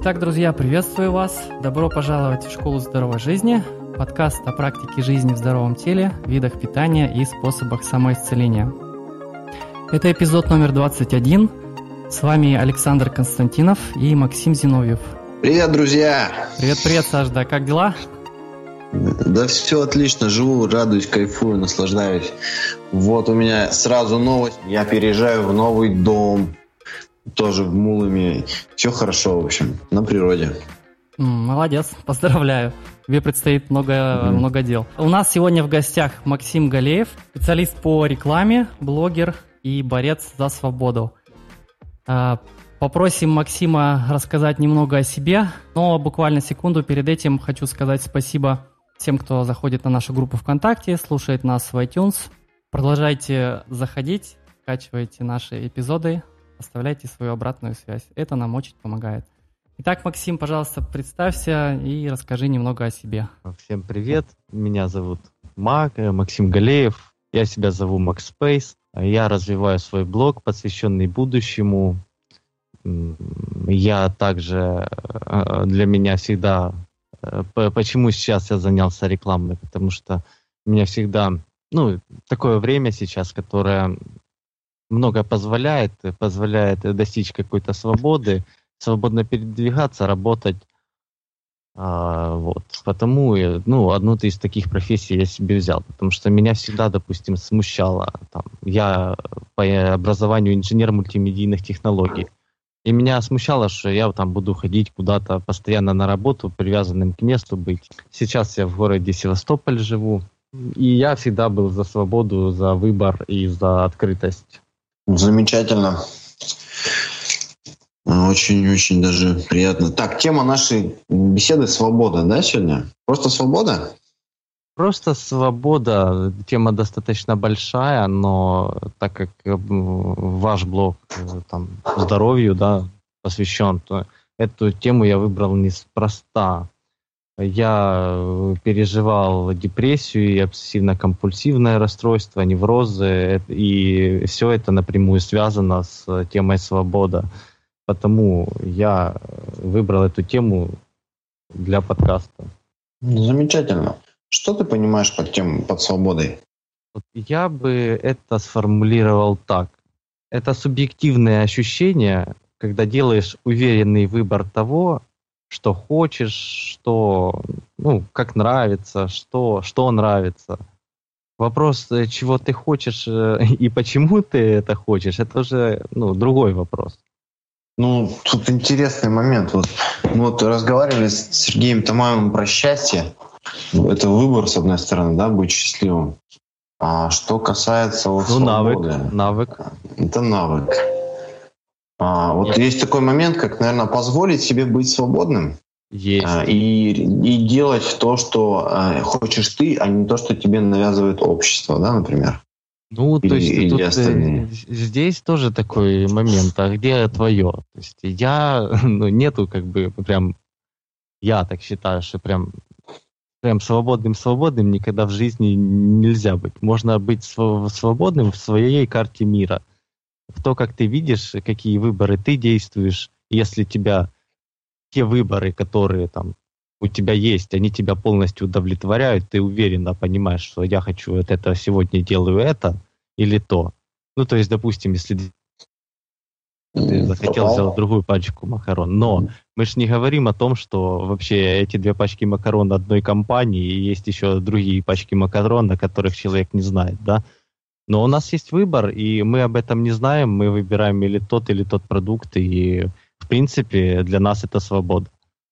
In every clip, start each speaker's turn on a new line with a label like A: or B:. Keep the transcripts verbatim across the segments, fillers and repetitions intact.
A: Итак, друзья, приветствую вас. Добро пожаловать в Школу здоровой жизни, подкаст о практике жизни в здоровом теле, видах питания и способах самоисцеления. Это эпизод номер двадцать один. С вами Александр Константинов и Максим Зиновьев.
B: Привет, друзья!
A: Привет-привет, Саш, да, как дела?
B: Да все отлично, живу, радуюсь, кайфую, наслаждаюсь. Вот у меня сразу новость. Я переезжаю в новый дом. Тоже в Муломе. Все хорошо, в общем, на природе.
A: Молодец, поздравляю. Тебе предстоит много, mm-hmm. много дел. У нас сегодня в гостях Максим Галеев, специалист по рекламе, блогер и борец за свободу. Попросим Максима рассказать немного о себе, но буквально секунду перед этим хочу сказать спасибо всем, кто заходит на нашу группу ВКонтакте, слушает нас в iTunes. Продолжайте заходить, скачивайте наши эпизоды, оставляйте свою обратную связь. Это нам очень помогает. Итак, Максим, пожалуйста, представься и расскажи немного о себе.
C: Всем привет. Меня зовут Мак, Максим Галеев. Я себя зову MaxSpace. Я развиваю свой блог, посвященный будущему. Я также, для меня всегда... Почему сейчас я занялся рекламой? Потому что у меня всегда... Ну, такое время сейчас, которое... много позволяет, позволяет достичь какой-то свободы, свободно передвигаться, работать. А, вот. Потому, ну, одну из таких профессий я себе взял, потому что меня всегда, допустим, смущало. Там, я по образованию инженер мультимедийных технологий. И меня смущало, что я там буду ходить куда-то постоянно на работу, привязанным к месту быть. Сейчас я в городе Севастополь живу, и я всегда был за свободу, за выбор и за открытость.
B: Замечательно. Очень-очень даже приятно. Так, тема нашей беседы — свобода, да, сегодня? Просто свобода?
C: Просто свобода. Тема достаточно большая, но так как ваш блог там, здоровью, да, посвящен, то эту тему я выбрал неспроста. Я переживал депрессию и обсессивно-компульсивное расстройство, неврозы, и все это напрямую связано с темой свобода. Потому я выбрал эту тему для подкаста.
B: Замечательно. Что ты понимаешь под тем, под свободой?
C: Я бы это сформулировал так. Это субъективное ощущение, когда делаешь уверенный выбор того, что хочешь, что, ну, как нравится, что, что нравится. Вопрос, чего ты хочешь и почему ты это хочешь, это уже, ну, другой вопрос.
B: Ну, тут интересный момент. Вот мы вот разговаривали с Сергеем Тамаевым про счастье. Это выбор, с одной стороны, да, быть счастливым. А что касается вот
C: ну,
B: свободы...
C: навык, навык.
B: Это навык. А, вот есть такой момент, как, наверное, позволить себе быть свободным.
C: Есть.
B: А, и, и делать то, что а, хочешь ты, а не то, что тебе навязывает общество, да, например.
C: Ну,
B: или,
C: то есть
B: или
C: тут,
B: остальные.
C: Здесь тоже такой момент, а где твое? То есть я, ну, нету как бы прям, я так считаю, что прям, прям свободным-свободным никогда в жизни нельзя быть. Можно быть свободным в своей карте мира. В то, как ты видишь, какие выборы ты действуешь, если тебя те выборы, которые там у тебя есть, они тебя полностью удовлетворяют, ты уверенно понимаешь, что я хочу вот это сегодня делаю это или то. Ну, то есть, допустим, если ты захотел сделать другую пачку макарон, но мы же не говорим о том, что вообще эти две пачки макарон одной компании, и есть еще другие пачки макарон, о которых человек не знает, да? Но у нас есть выбор, и мы об этом не знаем, мы выбираем или тот, или тот продукт, и, в принципе, для нас это свобода.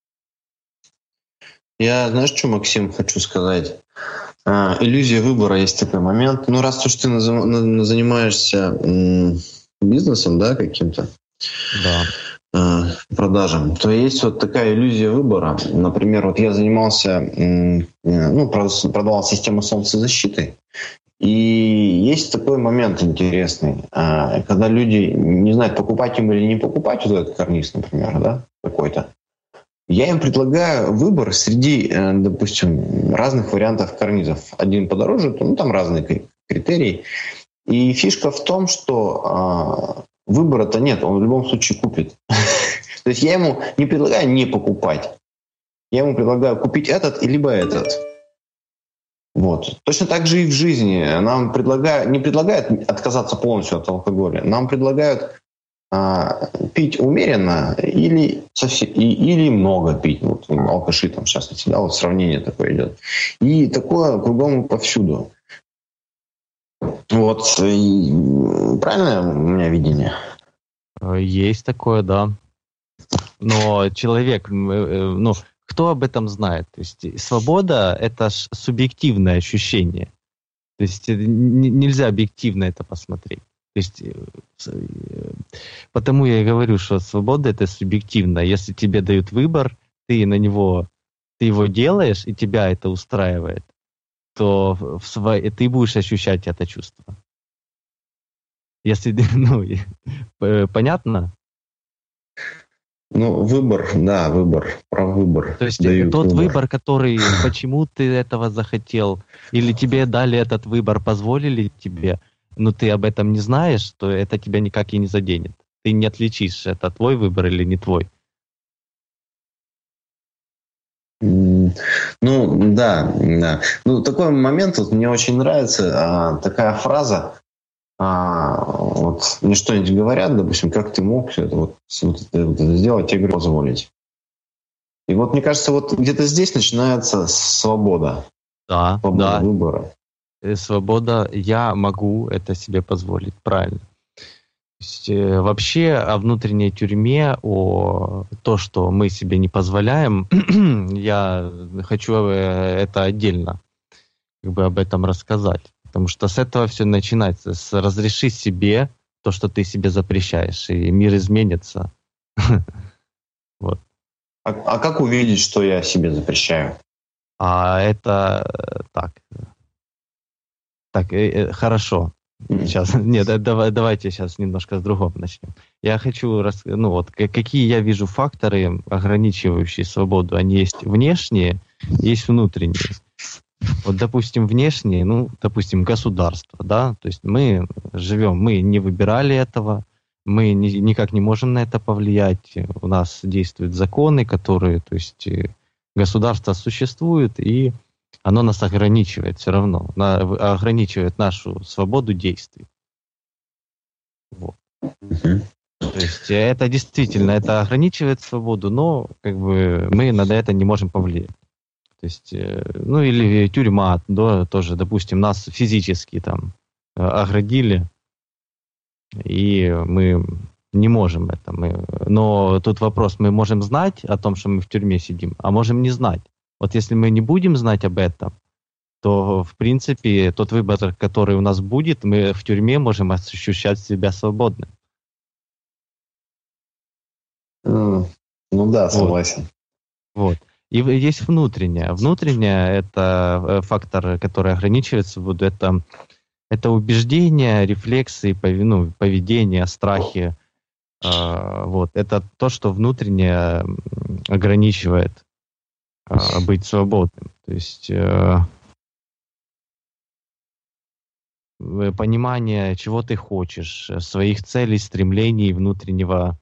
B: Я, знаешь, что, Максим, хочу сказать? А, иллюзия выбора, есть такой момент. Ну, раз уж ты наз- на- занимаешься м- бизнесом, да, каким-то,
C: да.
B: а, продажам, то есть вот такая иллюзия выбора. Например, вот я занимался, м- ну, продавал систему солнцезащиты, и есть такой момент интересный, а, когда люди не знают, покупать им или не покупать вот этот карниз, например, да, какой-то. Я им предлагаю выбор среди, допустим, разных вариантов карнизов. Один подороже, ну там разные критерии. И фишка в том, что а, выбора-то нет, он в любом случае купит. То есть я ему не предлагаю не покупать. Я ему предлагаю купить этот, либо этот. Вот. Точно так же и в жизни. Нам предлагают, не предлагают отказаться полностью от алкоголя. Нам предлагают а, пить умеренно или, совсем, и, или много пить. Вот алкаши там, в частности, да, вот сравнение такое идет. И такое кругом повсюду. Вот. И правильное у меня видение?
C: Есть такое, да. Но человек, ну, кто об этом знает? То есть свобода — это ж субъективное ощущение. То есть нельзя объективно это посмотреть. То есть, потому я и говорю, что свобода — это субъективно. Если тебе дают выбор, ты на него, ты его делаешь, и тебя это устраивает, то в сво... ты будешь ощущать это чувство. Если, ну, понятно?
B: Ну, выбор, да, выбор, про выбор.
C: То есть дают тот выбор. выбор, который, почему ты этого захотел, или тебе дали этот выбор, позволили тебе, но ты об этом не знаешь, то это тебя никак и не заденет. Ты не отличишь, это твой выбор или не твой.
B: Ну, да, да. Ну, такой момент, вот, мне очень нравится а, такая фраза. А, вот мне что-нибудь говорят, допустим, как ты мог все это, вот, вот это, вот это сделать, я говорю, позволить. И вот мне кажется, вот где-то здесь начинается свобода.
C: Да,
B: свобода
C: да.
B: выбора.
C: Свобода, я могу это себе позволить, правильно. То есть, э, вообще о внутренней тюрьме, о том, что мы себе не позволяем, я хочу это отдельно как бы об этом рассказать. Потому что с этого все начинается. С разреши себе то, что ты себе запрещаешь, и мир изменится. Вот.
B: А, а как увидеть, что я себе запрещаю?
C: А это так. Так, э, э, хорошо. Сейчас, нет, давай, давайте сейчас немножко с другого начнем. Я хочу, рас... ну вот, какие я вижу факторы, ограничивающие свободу. Они есть внешние, есть внутренние. Вот, допустим, внешние, ну, допустим, государство, да, то есть мы живем, мы не выбирали этого, мы ни, никак не можем на это повлиять, у нас действуют законы, которые, то есть государство существует, и оно нас ограничивает все равно, на, ограничивает нашу свободу действий. Вот. То есть это действительно, это ограничивает свободу, но как бы мы на это не можем повлиять. То есть, ну или тюрьма, да, тоже, допустим, нас физически там оградили, и мы не можем это. Мы... Но тут вопрос, мы можем знать о том, что мы в тюрьме сидим, а можем не знать. Вот если мы не будем знать об этом, то, в принципе, тот выбор, который у нас будет, мы в тюрьме можем ощущать себя свободным.
B: Mm. Ну да, согласен.
C: Вот. вот. И есть внутреннее. Внутреннее — это фактор, который ограничивает свободу. Это, это убеждения, рефлексы, ну, поведение, страхи. Вот. Это то, что внутреннее ограничивает быть свободным. То есть понимание, чего ты хочешь, своих целей, стремлений, внутреннего.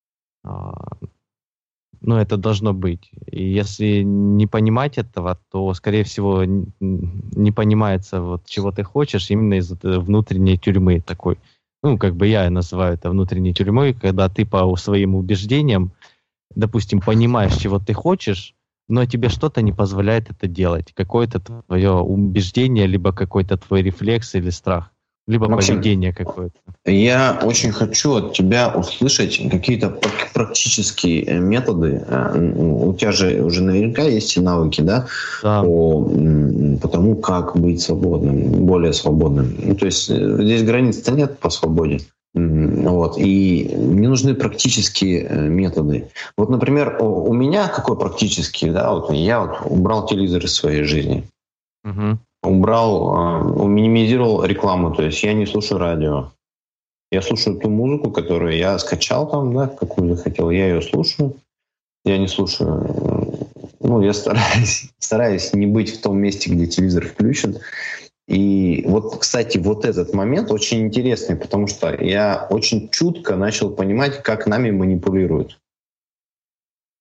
C: Ну, это должно быть. И если не понимать этого, то, скорее всего, не понимается, вот, чего ты хочешь, именно из внутренней тюрьмы такой. Ну, как бы я называю это внутренней тюрьмой, когда ты по своим убеждениям, допустим, понимаешь, чего ты хочешь, но тебе что-то не позволяет это делать. Какое-то твое убеждение, либо какой-то твой рефлекс или страх. Либо Максим, поведение какое-то.
B: Я очень хочу от тебя услышать какие-то практические методы. У тебя же уже наверняка есть и навыки, да?
C: Да.
B: По, по тому, как быть свободным, более свободным. Ну, то есть здесь границ-то нет по свободе. Вот. И мне нужны практические методы. Вот, например, у меня какой практический, да, вот я вот убрал телевизор из своей жизни.
C: Угу.
B: Убрал, минимизировал рекламу, то есть я не слушаю радио. Я слушаю ту музыку, которую я скачал там, да, какую захотел, я ее слушаю. Я не слушаю, ну, я стараюсь, стараюсь не быть в том месте, где телевизор включен. И вот, кстати, вот этот момент очень интересный, потому что я очень чутко начал понимать, как нами манипулируют.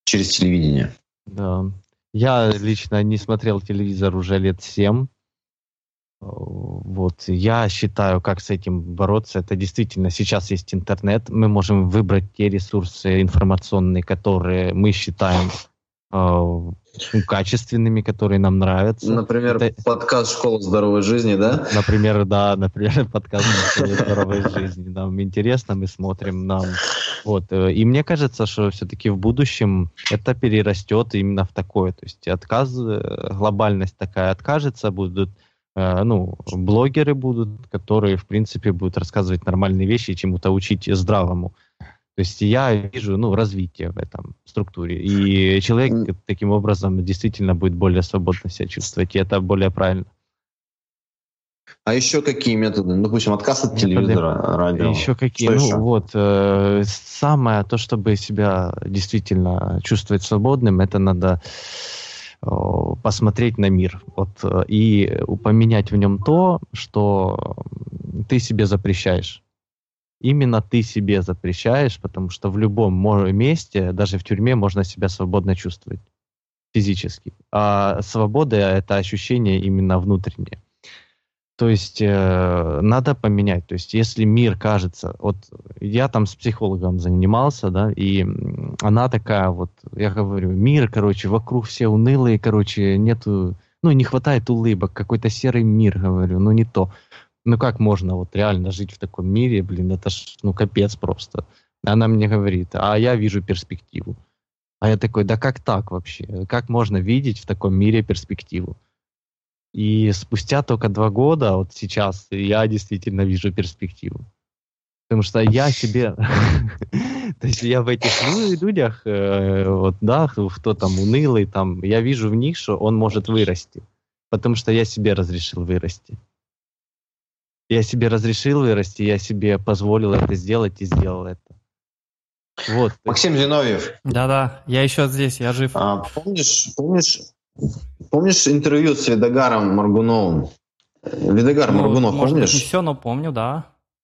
B: через телевидение.
C: Да. Я лично не смотрел телевизор уже лет семь. Вот. Я считаю, как с этим бороться. Это действительно сейчас есть интернет. Мы можем выбрать те ресурсы информационные, которые мы считаем э, качественными, которые нам нравятся.
B: Например, это... подкаст «Школа здоровой жизни», да?
C: Например, да, например, подкаст «Школа здоровой жизни». Нам интересно, мы смотрим, нам... Вот. И мне кажется, что все-таки в будущем это перерастет именно в такое. То есть отказ, глобальность такая откажется, будут, ну, блогеры будут, которые, в принципе, будут рассказывать нормальные вещи и чему-то учить здравому. То есть я вижу, ну, развитие в этом структуре. И человек таким образом действительно будет более свободно себя чувствовать, и это более правильно.
B: А еще какие методы? Ну, допустим, отказ от телевизора, радио.
C: Еще какие?
B: Что
C: ну,
B: еще?
C: вот, э, самое то, чтобы себя действительно чувствовать свободным, это надо э, посмотреть на мир. Вот, э, и поменять в нем то, что ты себе запрещаешь. Именно ты себе запрещаешь, потому что в любом месте, даже в тюрьме, можно себя свободно чувствовать физически. А свобода — это ощущение именно внутреннее. То есть э, надо поменять. То есть если мир кажется... Вот я там с психологом занимался, да, и она такая вот, я говорю, мир, короче, вокруг все унылые, короче, нету... Ну, не хватает улыбок, какой-то серый мир, говорю, ну не то. Ну как можно вот реально жить в таком мире, блин, это ж, ну, капец просто. Она мне говорит, а я вижу перспективу. А я такой, да как так вообще? Как можно видеть в таком мире перспективу? И спустя только два года, вот сейчас, я действительно вижу перспективу. Потому что я себе... То есть я в этих людях, вот, да, кто там унылый, там, я вижу в них, что он может вырасти. Потому что я себе разрешил вырасти. Я себе разрешил вырасти, я себе позволил это сделать и сделал это. Вот.
B: Максим Зиновьев.
A: Да-да, я еще здесь, я жив.
B: А, помнишь, помнишь, помнишь интервью с Видогаром Моргуновым? Видогар
A: ну,
B: Моргунов,
A: может
B: помнишь?
A: Быть, не все, но помню, да.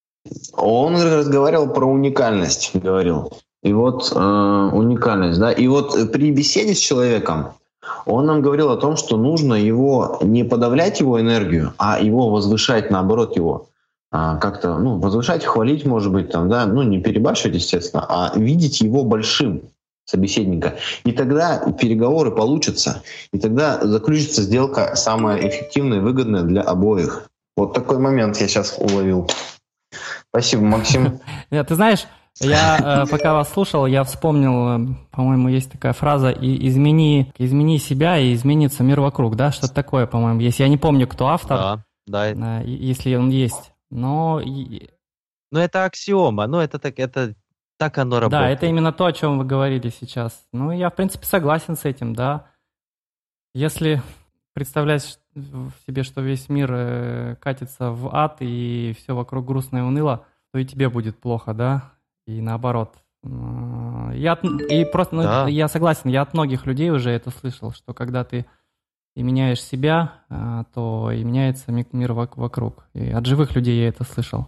B: Он разговаривал про уникальность, говорил. И вот э, уникальность, да. И вот при беседе с человеком он нам говорил о том, что нужно его не подавлять его энергию, а его возвышать, наоборот, его а, как-то, ну, возвышать, хвалить, может быть, там, да, ну, не перебарщивать, естественно, а видеть его большим, собеседника. И тогда переговоры получатся, и тогда заключится сделка самая эффективная и выгодная для обоих. Вот такой момент я сейчас уловил. Спасибо, Максим.
A: Ты знаешь, я пока вас слушал, я вспомнил, по-моему, есть такая фраза: «Измени, измени себя, и изменится мир вокруг», да, что-то такое, по-моему, есть. Я не помню, кто автор,
C: да, да.
A: если он есть, но...
C: Ну, это аксиома, ну, это так, это так оно работает.
A: Да, это именно то, о чем вы говорили сейчас. Ну, я, в принципе, согласен с этим, да. Если представлять себе, что весь мир катится в ад, и все вокруг грустно и уныло, то и тебе будет плохо, да. И наоборот. Я, от, и просто, ну, да. я согласен, я от многих людей уже это слышал, что когда ты и меняешь себя, то и меняется мир вокруг. И от живых людей я это слышал.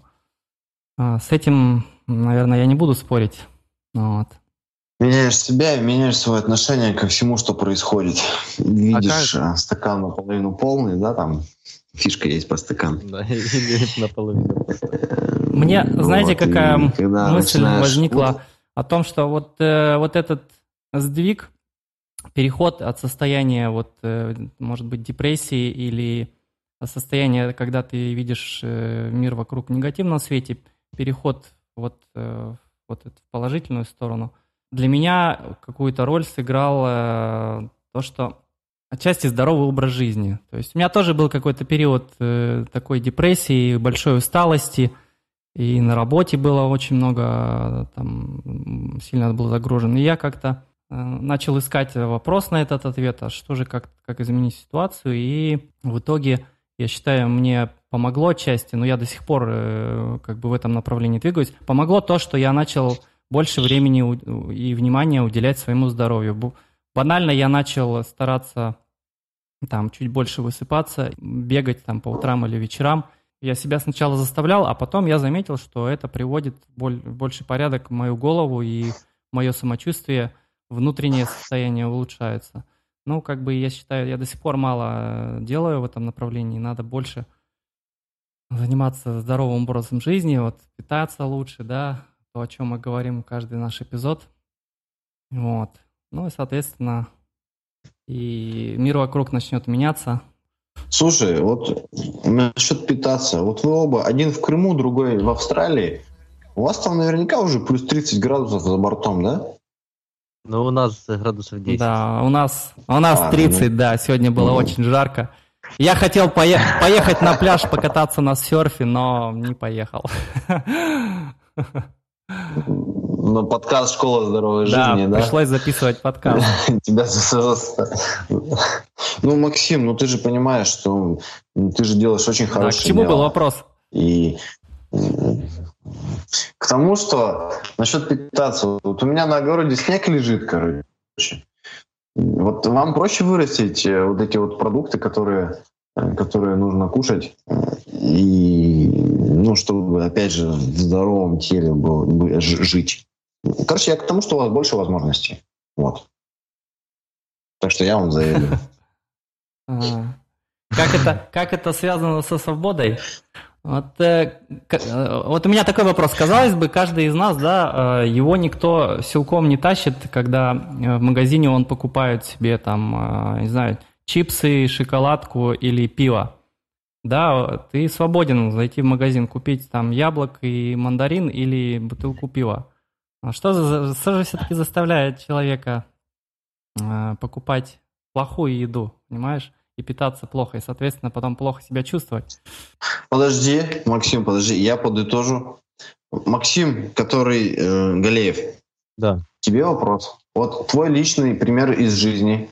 A: С этим, наверное, я не буду спорить. Вот.
B: Меняешь себя и меняешь свое отношение ко всему, что происходит. Видишь, а как... стакан наполовину полный, да, там фишка есть по стакану.
C: Да, или наполовину.
A: Мне, знаете, вот, какая мысль начинаешь... возникла
B: вот.
A: О том, что вот, э, вот этот сдвиг, переход от состояния, вот, э, может быть, депрессии или состояния, когда ты видишь э, мир вокруг в негативном свете, переход вот, э, вот в положительную сторону, для меня какую-то роль сыграл э, то, что отчасти здоровый образ жизни. То есть у меня тоже был какой-то период э, такой депрессии, большой усталости. И на работе было очень много, там, сильно был загружен. И я как-то э, начал искать вопрос на этот ответ, а что же, как, как изменить ситуацию. И в итоге, я считаю, мне помогло отчасти, но я до сих пор э, как бы в этом направлении двигаюсь, помогло то, что я начал больше времени у, и внимания уделять своему здоровью. Банально я начал стараться там, чуть больше высыпаться, бегать там, по утрам или вечерам. Я себя сначала заставлял, а потом я заметил, что это приводит в больший порядок в мою голову и мое самочувствие. внутреннее состояние улучшается. Ну, как бы я считаю, я до сих пор мало делаю в этом направлении, надо больше заниматься здоровым образом жизни, вот, питаться лучше, да, то, о чем мы говорим каждый наш эпизод. Вот. Ну и, соответственно, и мир вокруг начнет меняться.
B: Слушай, вот насчет питаться. Вот вы оба, один в Крыму, другой в Австралии. У вас там наверняка уже плюс тридцать градусов за бортом, да?
C: Ну, у нас градусов десять.
A: Да, у нас, у нас
B: А,
A: тридцать,
B: ну.
A: да, сегодня было
B: Ну.
A: очень жарко. Я хотел пое- поехать на пляж покататься на серфе, но не поехал.
B: Но подкаст «Школа здоровой
A: Да,
B: жизни», да?
A: пришлось записывать подкаст.
B: Тебя за- Ну, Максим, ну ты же понимаешь, что ты же делаешь очень
A: Да, к
B: хорошее
A: чему был
B: дело.
A: вопрос?
B: И к тому, что насчет питаться. Вот у меня на огороде снег лежит, короче. Вот вам проще вырастить э, вот эти вот продукты, которые, э, которые нужно кушать, э, и, ну, чтобы, опять же, в здоровом теле было, бы- ж- жить. Короче, я к тому, что у вас больше возможностей. Вот. Так что я вам завидую.
A: А, Как это, как это связано со свободой? Вот, э, к- э, вот у меня такой вопрос. Казалось бы, каждый из нас, да, э, его никто силком не тащит, когда э, в магазине он покупает себе там, э, не знаю, чипсы, шоколадку или пиво. Да, ты свободен зайти в магазин, купить там яблок и мандарин или бутылку пива. А что, за- что же все-таки заставляет человека э, покупать плохую еду, понимаешь? И питаться плохо, и, соответственно, потом плохо себя чувствовать.
B: Подожди, Максим, подожди, я подытожу. Максим, который э, Галеев,
C: Да.
B: тебе вопрос. Вот твой личный пример из жизни.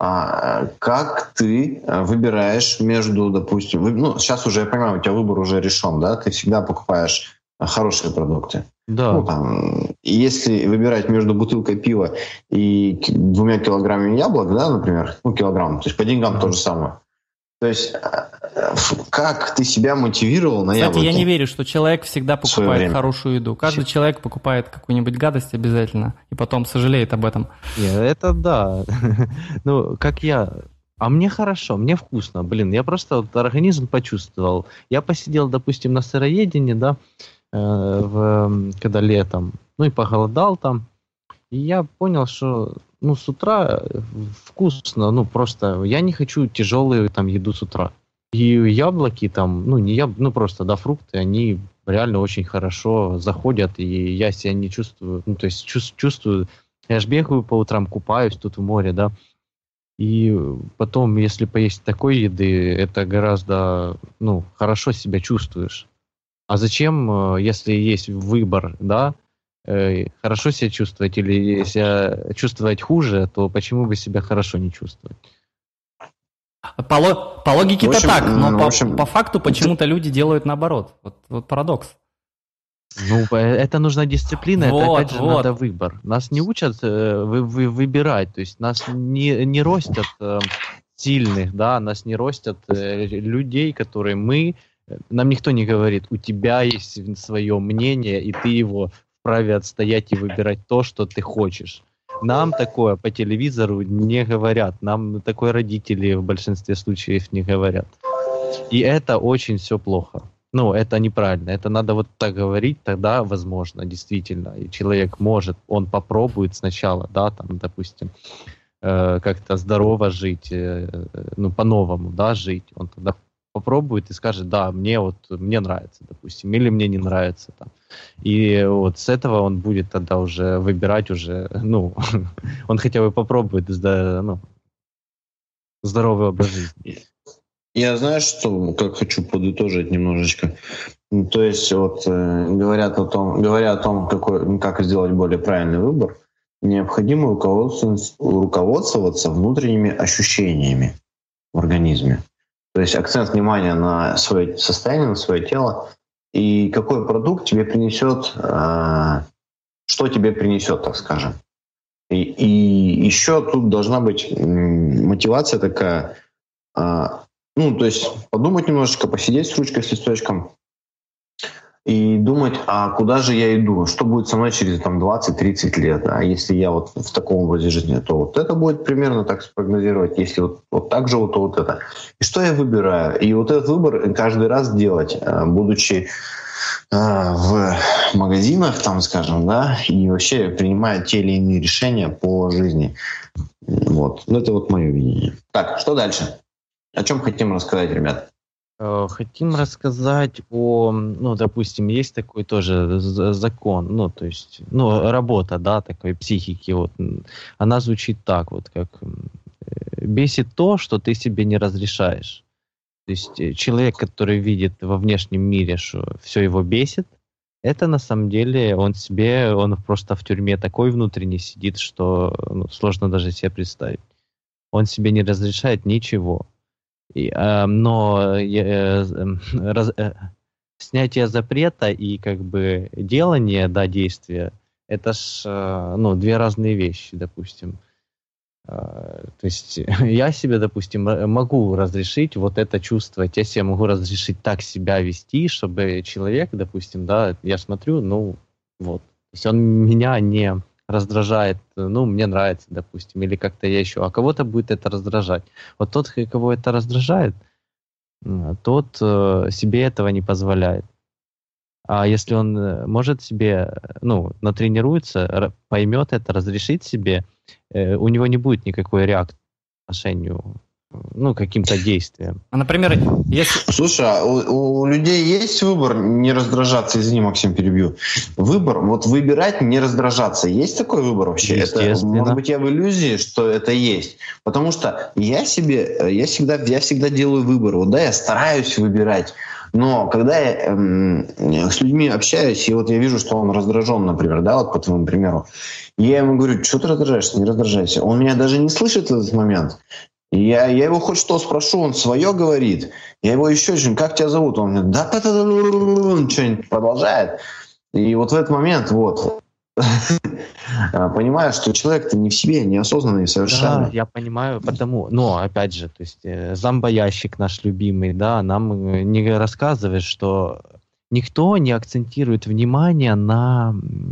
B: А, как ты э, выбираешь между, допустим, вы- ну, сейчас уже, я понимаю, у тебя выбор уже решен, да? Ты всегда покупаешь э, хорошие продукты.
C: Да.
B: Ну, там, и если выбирать между бутылкой пива и ки- двумя килограммами яблок, да, например, ну, килограмм, то есть по деньгам
C: Мгм.
B: то же самое. То есть э, э, как ты себя мотивировал на
A: Кстати,
B: яблоки?
A: я не верю, что человек всегда
B: В свое
A: покупает
B: время.
A: хорошую еду. Каждый человек покупает какую-нибудь гадость обязательно, и потом сожалеет об этом.
C: Не, это да. Ну, как я... А мне хорошо, мне вкусно. Блин, я просто вот организм почувствовал. Я посидел, допустим, на сыроедении, да, э, в, м, когда летом, ну и поголодал там. И я понял, что, ну, с утра э, вкусно, ну, просто я не хочу тяжелую там еду с утра. И яблоки там, ну, не яб... ну, просто, да, фрукты, они реально очень хорошо заходят, и я себя не чувствую, ну, то есть чувс- чувствую, я же бегаю по утрам, купаюсь тут в море, да, и потом, если поесть такой еды, это гораздо, ну, хорошо себя чувствуешь. А зачем, э, если есть выбор, да, э, хорошо себя чувствовать или себя чувствовать хуже, то почему бы себя хорошо не чувствовать?
A: По, ло- по логике-то
B: В общем,
A: так, но
B: м,
A: по,
B: в общем,
A: по факту почему-то люди делают наоборот. Вот, вот парадокс.
C: Ну, по- это нужна дисциплина,
A: Вот,
C: это опять же
A: вот.
C: надо выбор. Нас не учат э, вы, вы- выбирать, то есть нас не, не ростят э, сильных, да, нас не ростят э, людей, которые мы, э, нам никто не говорит, у тебя есть свое мнение, и ты его вправе отстоять и выбирать то, что ты хочешь. Нам такое по телевизору не говорят, нам такое родители в большинстве случаев не говорят. И это очень все плохо. Ну, это неправильно. Это надо вот так говорить, тогда возможно, действительно. И человек может, он попробует сначала, да, там, допустим, э, как-то здорово жить, э, ну, по-новому, да, жить. Он тогда попробует и скажет, да, мне вот, мне нравится, допустим, или мне не нравится, там. И вот с этого он будет тогда уже выбирать уже, ну, он хотя бы попробует, зда- ну, здоровый образ жизни.
B: Я, знаешь, что, как хочу подытожить немножечко. Ну, то есть, вот э, говорят о том, говоря о том, какой, как сделать более правильный выбор, необходимо руководствоваться, руководствоваться внутренними ощущениями в организме. То есть акцент внимания на свое состояние, на свое тело и какой продукт тебе принесет, э, что тебе принесет, так скажем. И, и еще тут должна быть м, мотивация такая. э, Ну, то есть подумать немножечко, посидеть с ручкой, с листочком и думать, а куда же я иду, что будет со мной через там, двадцать-тридцать лет, а если я вот в таком образе жизни, то вот это будет примерно так спрогнозировать, если вот, вот так же, вот, то вот это. И что я выбираю? И вот этот выбор каждый раз делать, будучи в магазинах, там, скажем, да, и вообще принимая те или иные решения по жизни. Вот. Ну, это вот мое видение. Так, что дальше? О чем хотим рассказать, ребят?
C: Хотим рассказать о, ну, допустим, есть такой тоже закон, ну, то есть, ну, работа, да, такой психики, вот, она звучит так, вот, как бесит то, что ты себе не разрешаешь. То есть человек, который видит во внешнем мире, что все его бесит, это на самом деле он себе, он просто в тюрьме такой внутренний сидит, что ну, сложно даже себе представить. Он себе не разрешает ничего. И, э, но э, раз, э, снятие запрета и как бы делание, да, действия, это ж э, ну, две разные вещи, допустим. То есть я себе, допустим, могу разрешить вот это чувствовать, я себе могу разрешить так себя вести, чтобы человек, допустим, да, я смотрю, ну, вот, то есть он меня не раздражает, ну, мне нравится, допустим, или как-то я еще, а кого-то будет это раздражать. Вот тот, кого это раздражает, тот себе этого не позволяет. А если он может себе, ну, натренируется, поймет это, разрешит себе, у него не будет никакой реакции по отношению, ну, к каким-то действиям.
A: А, например, если...
B: Слушай, а у, у людей есть выбор не раздражаться? Извини, Максим, перебью. Выбор, вот выбирать не раздражаться. Есть такой выбор вообще? Это, может быть, я в иллюзии, что это есть. Потому что я себе, я всегда, я всегда делаю выбор. Вот, да, я стараюсь выбирать. Но когда я эм, с людьми общаюсь, и вот я вижу, что он раздражен, например, да, вот по твоему примеру, я ему говорю, что ты раздражаешься, не раздражайся. Он меня даже не слышит в этот момент. Я, я его хоть что спрошу, он свое говорит. Я его еще очень, как тебя зовут? Он мне да да да да что-нибудь продолжает. И вот в этот момент, вот, понимаю, что человек-то не в себе, неосознанный совершенно.
C: Да, я понимаю, потому, но, опять же, то есть зомбоящик наш любимый, да, нам не рассказывает, что никто не акцентирует внимание на,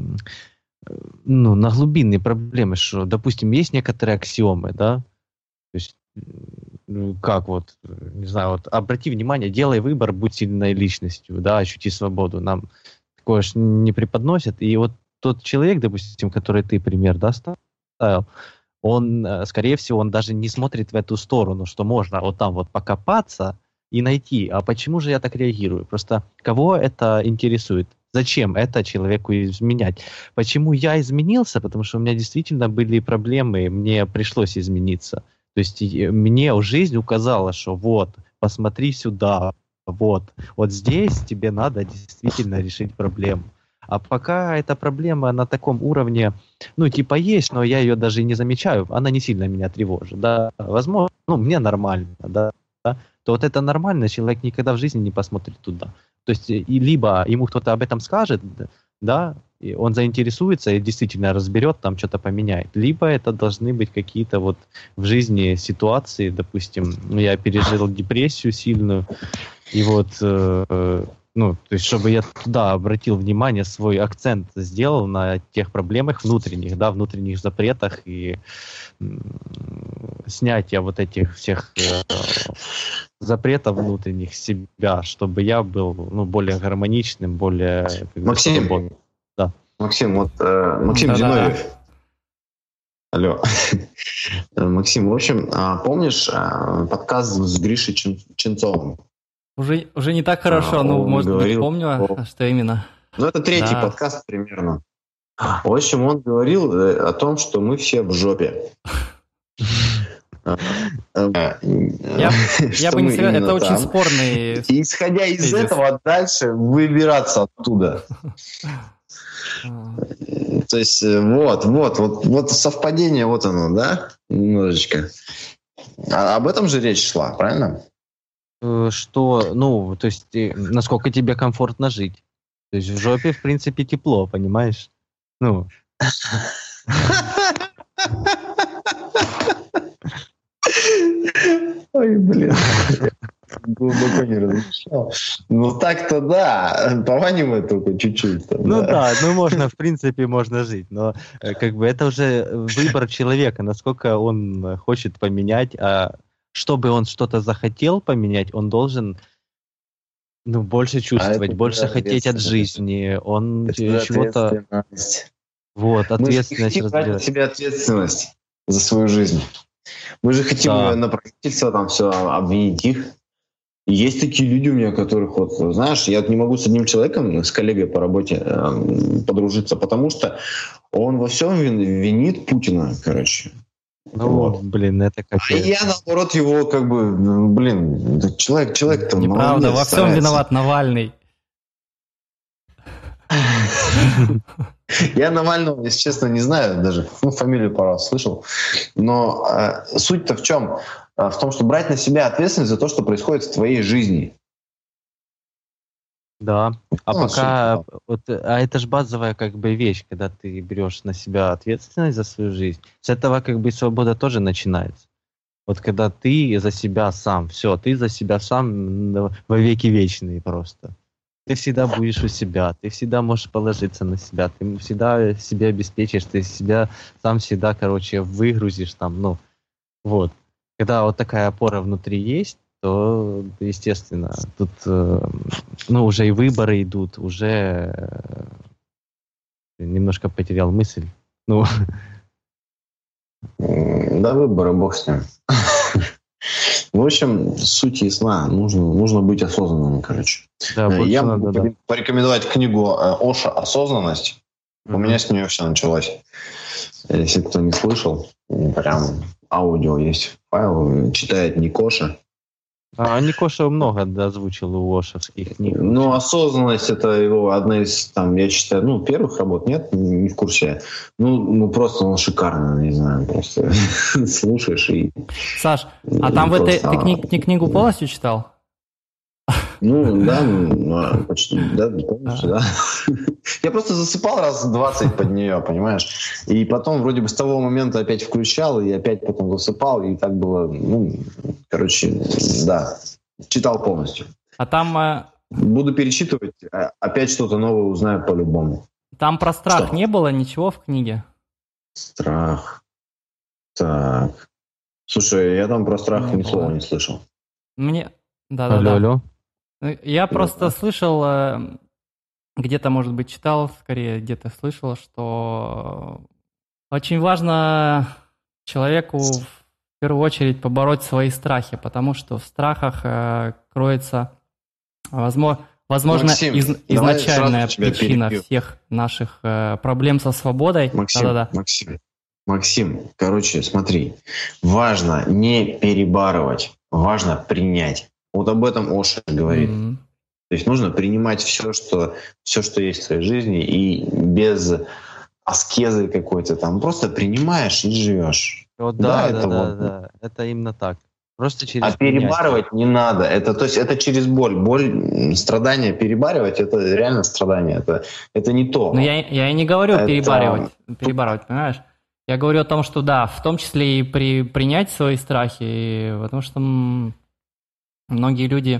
C: ну, на глубинные проблемы, что, допустим, есть некоторые аксиомы, да, то есть как вот, не знаю, вот обрати внимание, делай выбор, будь сильной личностью, да, ощути свободу, нам такое ж не преподносят, и вот тот человек, допустим, который ты пример, да, ставил, он, скорее всего, он даже не смотрит в эту сторону, что можно вот там вот покопаться и найти, а почему же я так реагирую? Просто кого это интересует? Зачем это человеку изменять? Почему я изменился? Потому что у меня действительно были проблемы, мне пришлось измениться. То есть мне жизнь указала, что вот, посмотри сюда, вот, вот здесь тебе надо действительно решить проблему. А пока эта проблема на таком уровне, ну, типа есть, но я ее даже не замечаю, она не сильно меня тревожит, да, возможно, ну, мне нормально, да, да, то вот это нормально, человек никогда в жизни не посмотрит туда. То есть, и либо ему кто-то об этом скажет, да, и он заинтересуется и действительно разберет, там что-то поменяет, либо это должны быть какие-то вот в жизни ситуации, допустим, я пережил депрессию сильную, и вот... Э, ну, то есть, чтобы я туда обратил внимание, свой акцент сделал на тех проблемах внутренних, да, внутренних запретах и м- снятия вот этих всех э, запретов внутренних себя, чтобы я был, ну, более гармоничным, более как бы,
B: Максим,
C: свободным. Да.
B: Максим, вот э, Максим да, Зиновьев. Да. Алло. Максим, в общем, помнишь подкаст с Гришей Чин- Чинцовым?
A: Уже, уже не так хорошо, а, ну, может говорил, быть, помню, о... что именно.
B: Ну, это третий да. подкаст примерно. В общем, он говорил о том, что мы все в жопе.
A: Я бы не сказал, это очень спорный...
B: И исходя из этого, дальше выбираться оттуда. То есть, вот, вот, вот, вот совпадение, вот оно, да, немножечко. А об этом же речь шла, правильно?
C: Что, ну, то есть, насколько тебе комфортно жить. То есть в жопе, в принципе, тепло, понимаешь? Ну.
B: Ой, блин. глубоко не размышлял. Ну так-то да, пованивает только чуть-чуть. Там,
C: Ну
B: да.
C: да, ну можно, в принципе, можно жить, но э, как бы это уже выбор человека, насколько он хочет поменять, а чтобы он что-то захотел поменять, он должен ну, больше
B: А
C: чувствовать,
B: это
C: больше
B: уже
C: хотеть от
B: ответственность.
C: жизни, он
B: Это
C: э,
B: уже
C: чего-то,
B: ответственность.
C: вот,
B: Мы же не
C: ответственность
B: хотим брать на
C: разбирать.
B: себя ответственность за свою жизнь. Мы же хотим
C: Да.
B: на правительство там все обвинить их. И есть такие люди у меня, которых вот, знаешь, я не могу с одним человеком, с коллегой по работе э, подружиться, потому что он во всем вин- винит Путина, короче.
C: Ну,
B: Вот.
C: блин, это
B: А
C: капец.
B: я, наоборот, его как бы, ну, блин, да человек, человек-то
A: Неправда,
B: молодец,
A: во всем
B: старается.
A: виноват Навальный.
B: Я Навального, если честно, не знаю даже. Ну, фамилию пару раз слышал. Но э, суть-то в чем? Э, в том, что брать на себя ответственность за то, что происходит в твоей жизни.
C: Да. А
B: Ну,
C: пока,
B: суть,
C: вот, а это же базовая как бы вещь, когда ты берешь на себя ответственность за свою жизнь. С этого как бы свобода тоже начинается. Вот когда ты за себя сам, все, ты за себя сам м, во веки вечные просто. Ты всегда будешь у себя, ты всегда можешь положиться на себя, ты всегда себя обеспечишь, ты себя сам всегда, короче, выгрузишь там, ну, вот. Когда вот такая опора внутри есть, то, естественно, тут, э, ну, уже и выборы идут, уже э, немножко потерял мысль. Ну,
B: М, Да, выборы, бог с ним. В общем, суть ясна. Нужно, нужно быть осознанным, короче.
C: да,
B: Э,
C: больше
B: Я
C: надо,
B: могу
C: да.
B: пори- порекомендовать книгу э, Оша «Осознанность». У
C: Мгм.
B: меня с нее все началось. Если кто не слышал, м, прям аудио есть файл, читает Никоша.
C: А Никоша много да, озвучил у Ошевских книг.
B: Ну,
C: вообще.
B: осознанность — это его одна из, там, я считаю, ну, первых работ, нет, не в курсе. Ну, ну просто он шикарно, не знаю, просто слушаешь и...
A: Саш, а там в этой
B: просто,
A: ты кни- кни- книгу полностью читал?
B: Ну, да, ну, а, почти, да, полностью, да. Я просто засыпал раз двадцать под нее, понимаешь? И потом вроде бы с того момента опять включал, и опять потом засыпал, и так было, ну, короче, да, читал полностью.
A: А там, э,
B: Буду перечитывать, а опять что-то новое узнаю по-любому.
A: там про страх
B: Что?
A: не было ничего в книге?
B: Страх. Так. Слушай, я там про страх
A: Не
B: ни
A: было.
B: слова не слышал.
A: Мне...
C: Алло,
A: Да-да-да.
C: алло.
A: Ну, Я просто
B: Да.
A: слышал, э, где-то, может быть, читал, скорее где-то слышал, что очень важно человеку в первую очередь побороть свои страхи, потому что в страхах э, кроется, возможно, возможно
B: Максим,
A: из-
B: давай
A: изначальная
B: сразу тебя
A: причина
B: перебью.
A: всех наших э, проблем со свободой.
B: Максим,
A: Да-да-да.
B: Максим, Максим, короче, смотри, важно не перебарывать, важно принять. Вот об этом Оша говорит.
A: М.
B: То есть нужно принимать все, что, все, что есть в твоей жизни, и без аскезы какой-то там. Просто принимаешь и живешь.
C: Вот,
B: Да,
C: да, да,
B: это
C: да,
B: вот.
C: да. Это именно так. Просто через
B: А перебарывать не надо. Это, то есть это через боль. Боль, м, страдания перебаривать, это реально страдание. Это, это не то.
A: Но я, я и не говорю
B: Это-
A: перебарывать, перебарывать, понимаешь? Я говорю о том, что да, в том числе и при, принять свои страхи, и потому что м, многие люди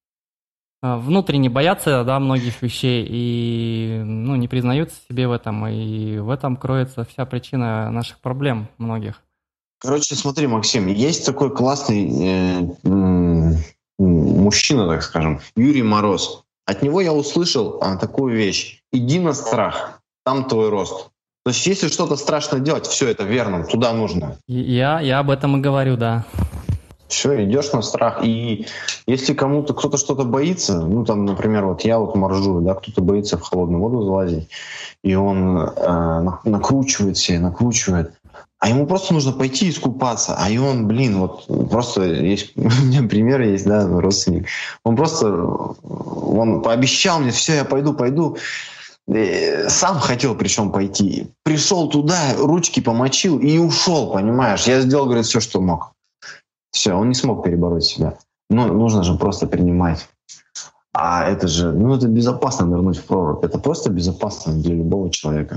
A: э, внутренне боятся, да, многих вещей и ну, не признаются себе в этом, и в этом кроется вся причина наших проблем многих.
B: Короче, смотри, Максим, есть такой классный э, м, мужчина, так скажем, Юрий Мороз. От него я услышал а, такую вещь. Иди на страх, там твой рост. То есть если что-то страшно делать, все это верно, туда нужно.
A: И я, я об этом и говорю, да.
B: Все, идешь на страх. И если кому-то кто-то что-то боится, ну там, например, вот я вот моржую, да, кто-то боится в холодную воду залазить, и он э, на- накручивает себе, накручивает. А ему просто нужно пойти искупаться. А и он, блин, вот просто есть, у меня пример есть, да, родственник. Он просто, он пообещал мне, все, я пойду, пойду. Э, Сам хотел причем пойти. Пришел туда, ручки помочил и ушел, понимаешь. Я сделал, говорит, все, что мог. Все, он не смог перебороть себя. Ну, нужно же просто принимать. А это же, ну, это безопасно нырнуть в прорубь. Это просто безопасно для любого человека.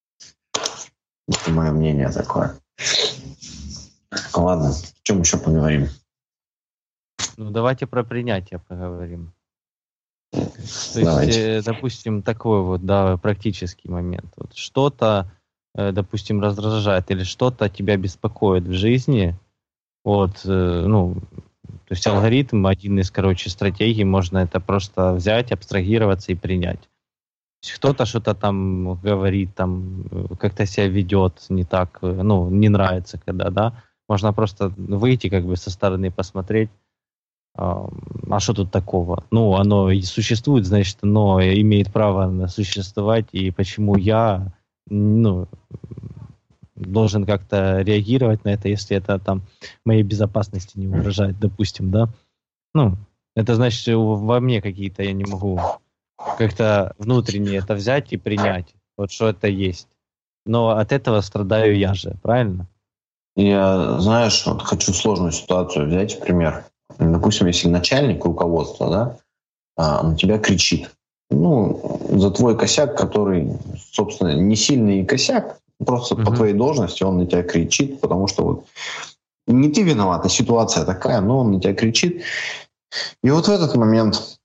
B: Это мое мнение такое. Ладно, о чем еще поговорим?
C: Ну, давайте про принятие поговорим. То
B: Давайте.
C: есть, допустим, такой вот, да, практический момент. Вот что-то, допустим, раздражает или что-то тебя беспокоит в жизни, вот, ну, то есть алгоритм, один из, короче, стратегий, можно это просто взять, абстрагироваться и принять. То есть кто-то что-то там говорит, там, как-то себя ведет не так, ну, не нравится, когда, да, можно просто выйти, как бы, со стороны посмотреть, а что тут такого? Ну, оно и существует, значит, оно имеет право существовать, и почему я, ну, должен как-то реагировать на это, если это там моей безопасности не угрожает, допустим, да? Ну, это значит, во мне какие-то я не могу как-то внутренне это взять и принять, вот что это есть. Но от этого страдаю я же, правильно?
B: Я, знаешь, вот хочу сложную ситуацию взять, в пример. Допустим, если начальник, руководство, да, а, на тебя кричит. Ну, за твой косяк, который, собственно, не сильный косяк, просто uh-huh. по твоей должности он на тебя кричит, потому что вот не ты виноват, а ситуация такая, но он на тебя кричит. И вот в этот момент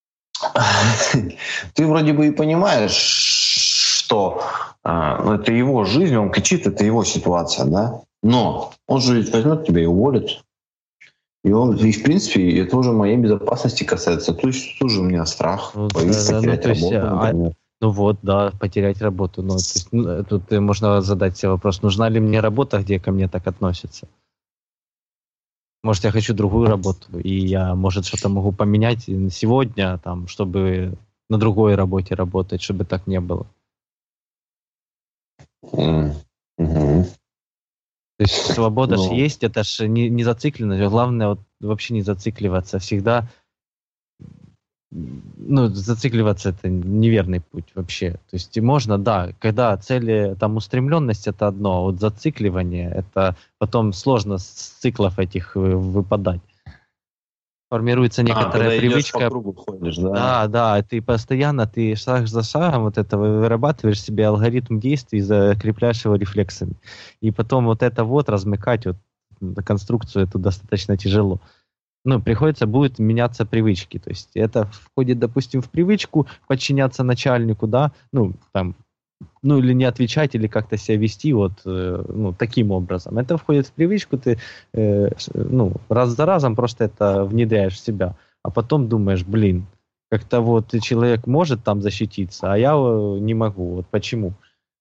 B: ты вроде бы и понимаешь, что а, это его жизнь, он кричит, это его ситуация, да, но он же ведь возьмет тебя и уволит. И он, и в принципе, это уже моей безопасности касается. То есть тоже у меня страх,
C: ну,
B: боюсь
C: да,
B: потерять
C: ну, есть,
B: работу, например.
C: А, ну вот, да, потерять работу. Ну, то есть, ну, тут можно задать себе вопрос, нужна ли мне работа, где ко мне так относятся? Может, я хочу другую работу, и я, может, что-то могу поменять сегодня, там, чтобы на другой работе работать, чтобы так не было.
B: Mm-hmm.
C: То есть свобода
B: ну.
C: же есть, это же не, не зацикленность. Главное вот, вообще не зацикливаться. Всегда, ну, зацикливаться это неверный путь вообще. То есть можно, да, когда цели, там устремленность это одно, а вот зацикливание, это потом сложно с циклов этих выпадать. Формируется некоторая
B: а,
C: привычка.
B: По кругу ходишь, да?
C: Да, да, ты постоянно, ты шаг за шагом вот этого вырабатываешь себе алгоритм действий, закрепляешь его рефлексами. И потом вот это вот размыкать, вот конструкцию эту достаточно тяжело. Ну, приходится, будет меняться привычки. То есть это входит, допустим, в привычку подчиняться начальнику, да, ну, там, ну, или не отвечать, или как-то себя вести вот, э, ну, таким образом. Это входит в привычку, ты, э, ну, раз за разом просто это внедряешь в себя. А потом думаешь, блин, как-то вот человек может там защититься, а я не могу. Вот почему?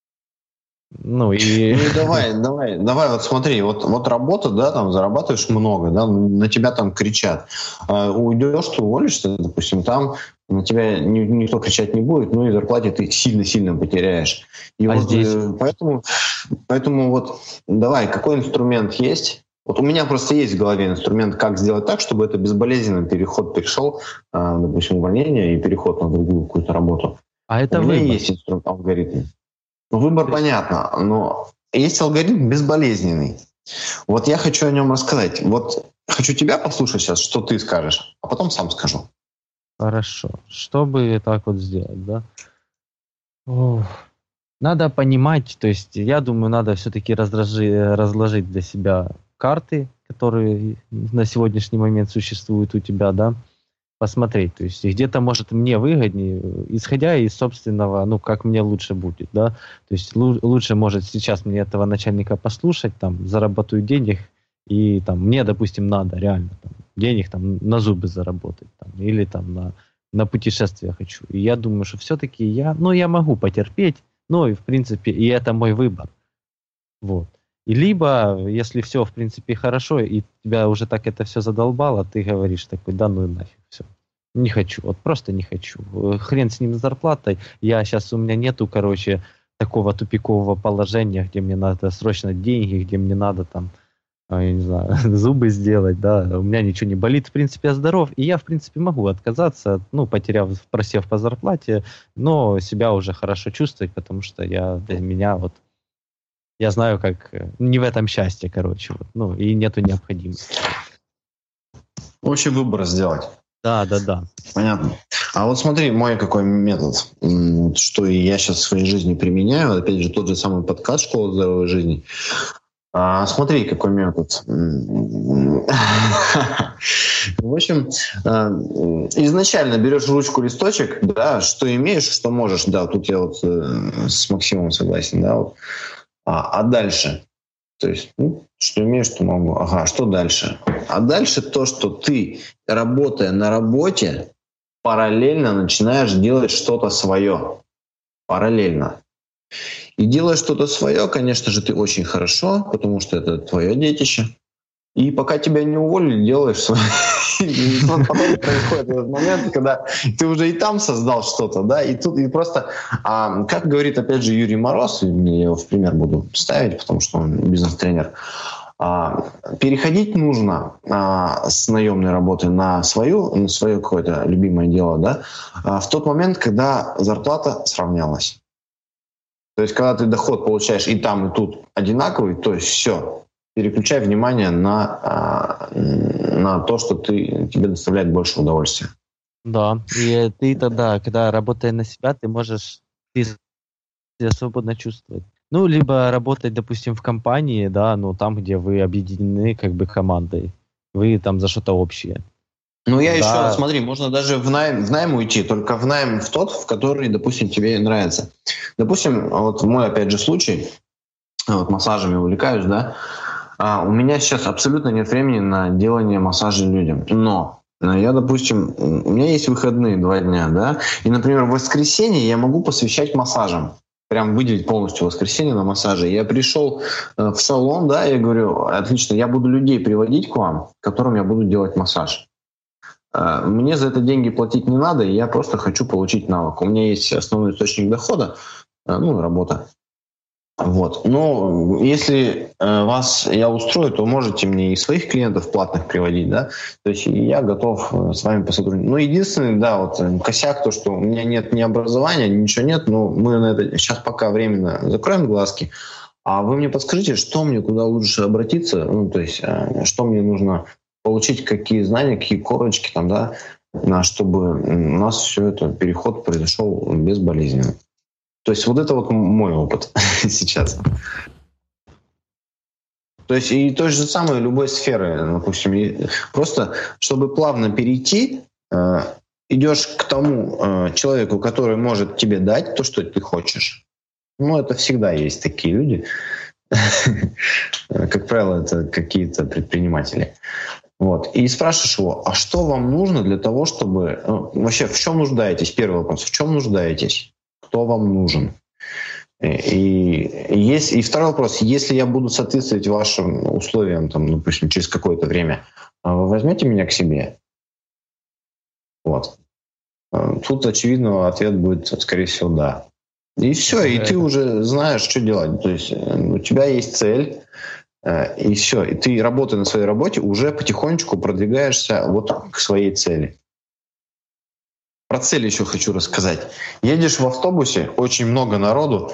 C: Ну и...
B: ну и давай, давай, давай, вот смотри, вот, вот работа, да, там зарабатываешь много, да, на тебя там кричат. А уйдешь, ты уволишься, допустим, там на тебя ни, никто кричать не будет, ну и зарплате ты сильно-сильно потеряешь. И
C: а
B: вот
C: здесь...
B: поэтому, поэтому вот давай, какой инструмент есть? Вот у меня просто есть в голове инструмент, как сделать так, чтобы это безболезненный переход перешел, допустим, увольнение и переход на другую какую-то работу.
C: А это
B: у меня
C: выбор.
B: есть инструмент, алгоритм. Ну, выбор есть... понятно, но есть алгоритм безболезненный. Вот я хочу о нем рассказать. Вот хочу тебя послушать сейчас, что ты скажешь, а потом сам скажу.
C: Хорошо. Чтобы так вот сделать, да? Ох. Надо понимать, то есть я думаю, надо все-таки разложи, разложить для себя карты, которые на сегодняшний момент существуют у тебя, да, посмотреть, то есть где-то, может, мне выгоднее, исходя из собственного, ну, как мне лучше будет, да, то есть л- лучше, может, сейчас мне этого начальника послушать, там, заработаю денег, и там, мне, допустим, надо реально там, денег там на зубы заработать, там, или там на, на путешествие хочу, и я думаю, что все-таки я, ну, я могу потерпеть, ну, и, в принципе, и это мой выбор, вот. И либо, если все, в принципе, хорошо, и тебя уже так это все задолбало, ты говоришь такой, да ну и нафиг, все. Не хочу, вот просто не хочу. Хрен с ним с зарплатой. Я сейчас, у меня нету, короче, такого тупикового положения, где мне надо срочно деньги, где мне надо там, я не знаю, зубы сделать, да. У меня ничего не болит, в принципе, я здоров. И я, в принципе, могу отказаться, ну, потеряв, просев по зарплате, но себя уже хорошо чувствовать, потому что я, для меня вот я знаю, как не в этом счастье, короче, вот, ну, и нету необходимости.
B: Общий выбор сделать.
C: Да, да, да.
B: Понятно. А вот смотри, мой какой метод, что я сейчас в своей жизни применяю, опять же, тот же самый подкаст «Школа здоровой жизни». А, смотри, какой метод. В общем, изначально берешь ручку, листочек, да, что имеешь, что можешь, да, тут я вот с Максимом согласен, да, вот. А, а дальше, то есть, ну, что имеешь, что могу, ага, что дальше? А дальше то, что ты, работая на работе, параллельно начинаешь делать что-то свое, параллельно. И делаешь что-то свое, конечно же, ты очень хорошо, потому что это твое детище. И пока тебя не уволили, делаешь свое. И потом происходит этот момент, когда ты уже и там создал что-то, да, и тут и просто, а, как говорит опять же Юрий Мороз, я его в пример буду ставить, потому что он бизнес-тренер, а, переходить нужно а, с наемной работы на свою, на свое какое-то любимое дело, да, а, в тот момент, когда зарплата сравнялась. То есть, когда ты доход получаешь и там, и тут одинаковый, то есть все, переключай внимание на, на то, что ты, тебе доставляет больше удовольствия.
C: Да, и ты тогда, когда работая на себя, ты можешь ты себя свободно чувствовать. Ну, либо работать, допустим, в компании, да, ну, там, где вы объединены как бы командой. Вы там за что-то общее.
B: Ну, я
C: да.
B: еще раз, смотри, можно даже в найм, в найм уйти, только в найм в тот, в который, допустим, тебе нравится. Допустим, вот мой, опять же, случай, вот массажами увлекаюсь, да, а у меня сейчас абсолютно нет времени на делание массажей людям. Но я, допустим, у меня есть выходные два дня, да, и, например, в воскресенье я могу посвящать массажам. Прям выделить полностью воскресенье на массаже. Я пришел в салон, да, я говорю, отлично, я буду людей приводить к вам, которым я буду делать массаж. Мне за это деньги платить не надо, я просто хочу получить навык. У меня есть основной источник дохода, ну, работа. Вот. Но если вас я устрою, то можете мне и своих клиентов платных приводить, да. То есть я готов с вами посотрудничать. Ну, единственный, да, вот косяк, то, что у меня нет ни образования, ничего нет, но мы на это сейчас пока временно закроем глазки. А вы мне подскажите, что мне, куда лучше обратиться, ну, то есть что мне нужно получить, какие знания, какие корочки там, да, чтобы у нас все это, переход произошел безболезненно. То есть вот это вот мой опыт сейчас. То есть и то же самое любой сферы, допустим, просто чтобы плавно перейти, идешь к тому человеку, который может тебе дать то, что ты хочешь. Ну, это всегда есть такие люди. Как правило, это какие-то предприниматели. Вот. И спрашиваешь его, а что вам нужно для того, чтобы... Ну, вообще, в чем нуждаетесь? Первый вопрос. В чем нуждаетесь? Кто вам нужен? И, и, есть, и второй вопрос. Если я буду соответствовать вашим условиям, там, допустим, через какое-то время, вы возьмете меня к себе? Вот. Тут, очевидно, ответ будет, скорее всего, да. И все, и ты уже знаешь, что делать. То есть у тебя есть цель, и все. И ты, работая на своей работе, уже потихонечку продвигаешься вот к своей цели. Про цель еще хочу рассказать. Едешь в автобусе, очень много народу,